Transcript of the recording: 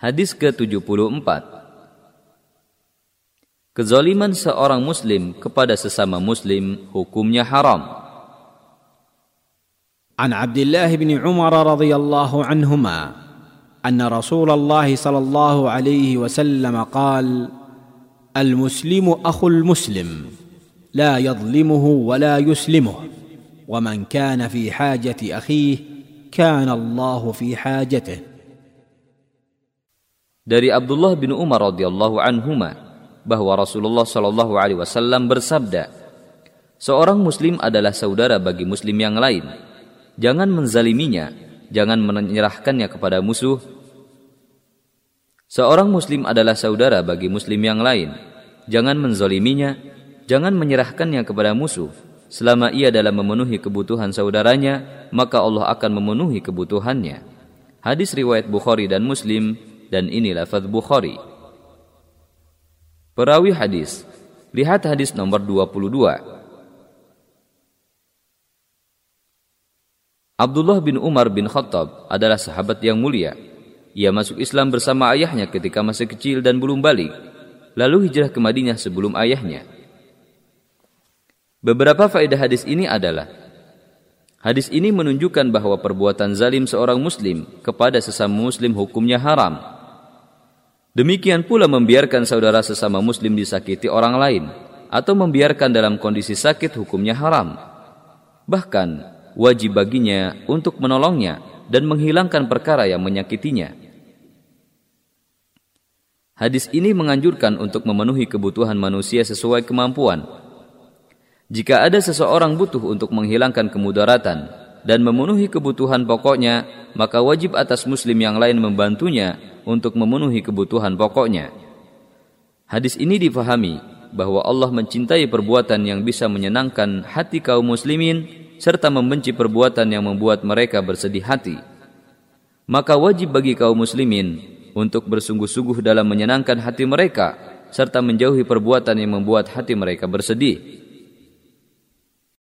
Hadis ke-74. Kezaliman seorang muslim kepada sesama muslim hukumnya haram. An Abdullah bin Umar radhiyallahu anhuma anna Rasulullah sallallahu alaihi wasallam qala al-muslimu akhul muslim la yadhlimuhu wa la yuslimuhu wa man kana fi hajati akhihi kana Allah fi hajatihi. Dari Abdullah bin Umar radhiyallahu anhuma bahwa Rasulullah sallallahu alaihi wasallam bersabda, seorang muslim adalah saudara bagi muslim yang lain. Jangan menzaliminya, jangan menyerahkannya kepada musuh. Seorang muslim adalah saudara bagi muslim yang lain. Jangan menzaliminya, jangan menyerahkannya kepada musuh. Selama ia dalam memenuhi kebutuhan saudaranya, maka Allah akan memenuhi kebutuhannya. Hadis riwayat Bukhari dan Muslim, dan ini lafaz Bukhari. Perawi hadis, lihat hadis nomor 22. Abdullah bin Umar bin Khattab adalah sahabat yang mulia. Ia masuk Islam bersama ayahnya ketika masih kecil dan belum balik, lalu hijrah ke Madinah sebelum ayahnya. Beberapa faedah hadis ini adalah, hadis ini menunjukkan bahwa perbuatan zalim seorang muslim kepada sesama muslim hukumnya haram. Demikian pula membiarkan saudara sesama muslim disakiti orang lain atau membiarkan dalam kondisi sakit hukumnya haram. Bahkan wajib baginya untuk menolongnya dan menghilangkan perkara yang menyakitinya. Hadis ini menganjurkan untuk memenuhi kebutuhan manusia sesuai kemampuan. Jika ada seseorang butuh untuk menghilangkan kemudaratan dan memenuhi kebutuhan pokoknya, maka wajib atas muslim yang lain membantunya untuk memenuhi kebutuhan pokoknya. Hadis ini difahami bahwa Allah mencintai perbuatan yang bisa menyenangkan hati kaum muslimin serta membenci perbuatan yang membuat mereka bersedih hati. Maka wajib bagi kaum muslimin untuk bersungguh-sungguh dalam menyenangkan hati mereka serta menjauhi perbuatan yang membuat hati mereka bersedih.